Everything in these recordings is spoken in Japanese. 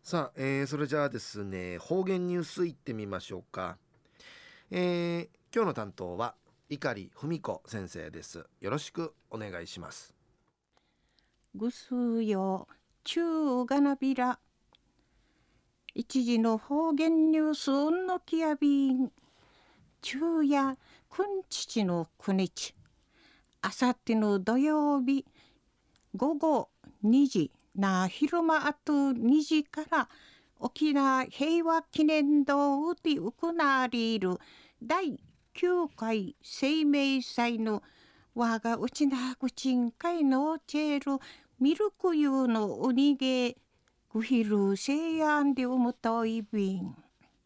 さあ、それじゃあですね、方言ニュースいってみましょうか。今日の担当は碇文子先生です。よろしくお願いします。 ぐすよ中がなびら一時の方言ニュースうんのきやびん昼夜くんちちのくにちあさっての土曜日午後2時な昼間あと2時から沖縄平和記念堂うて行われる第9回生命祭の我がうちなぐちんかいのチェールミルクユーのおにげぐひるせいやんでおむといびん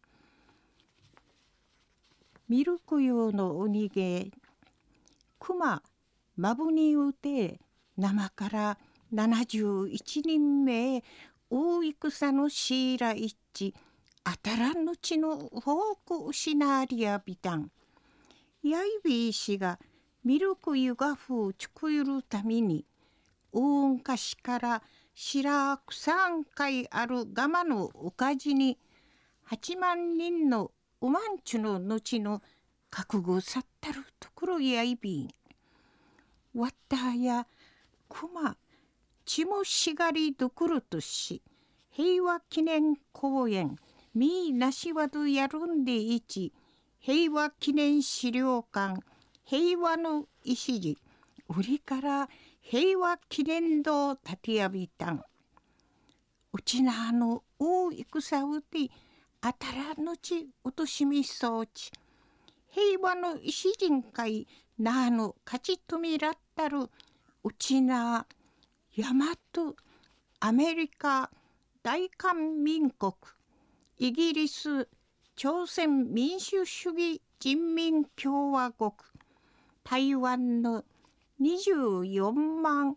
ミルクユーのおにげくままぶにうて生から71人目大戦のシーラ一致あたらぬちのフォーク失わりやびたんやいびいしがミルク湯が風ちくゆるために大昔から白く3回あるガマのおかじに8万人のおまんちゅの後の覚悟さったるところやいびんわったやくまちもしがりどくるとし平和記念公園みなしわどやるんでいち平和記念資料館平和の礎売りから平和記念堂建てやびたんうちなの大戦うてあたらぬちおとしみそうち平和の礎会なの勝ちとみらったるうちな大和アメリカ大韓民国イギリス朝鮮民主主義人民共和国台湾の24万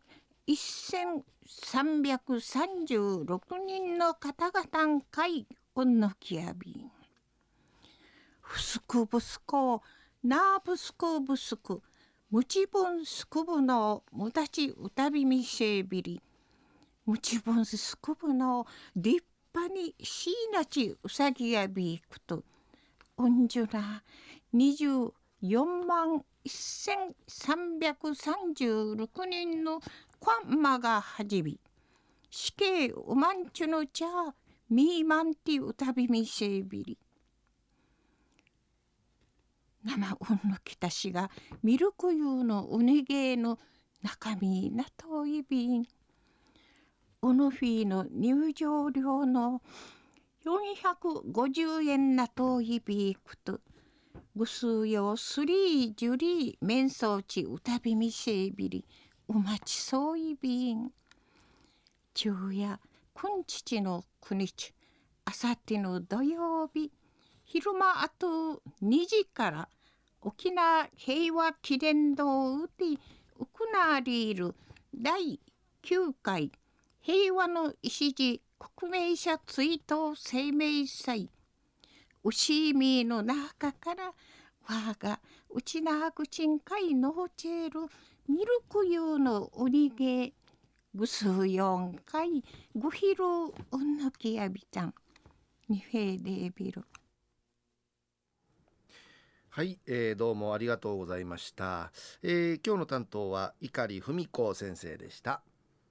1336人の方々んかいおんのきやびんふすくぶすこなぶすくぶすくむちぶんすくぶのむだちうたびみせびりむちぶんすくぶの立派にしいなちうさぎやびいくとうんじゅな24万1336人のクワンマがはじび死刑うまんちゅのちゃみーまんてうたびみせびり生うんのきたしがミルクユーのうねげの中身なといびんうぬフィーの入場料の450円なといびくとぐすよスリージュリー面相ちうたびみせびりうまちそういびん昼夜くんちちのくにちあさっての土曜日昼間あと2時から沖縄平和記念堂うてうくなりる第9回平和の礎国名者追悼生命祭うしみの中からわがうちなぐちんかいのちえるミルクユーのおにげぐす4回ぐひるうんのきやびたんにへいでびるはい、どうもありがとうございました。今日の担当は碇文子先生でした。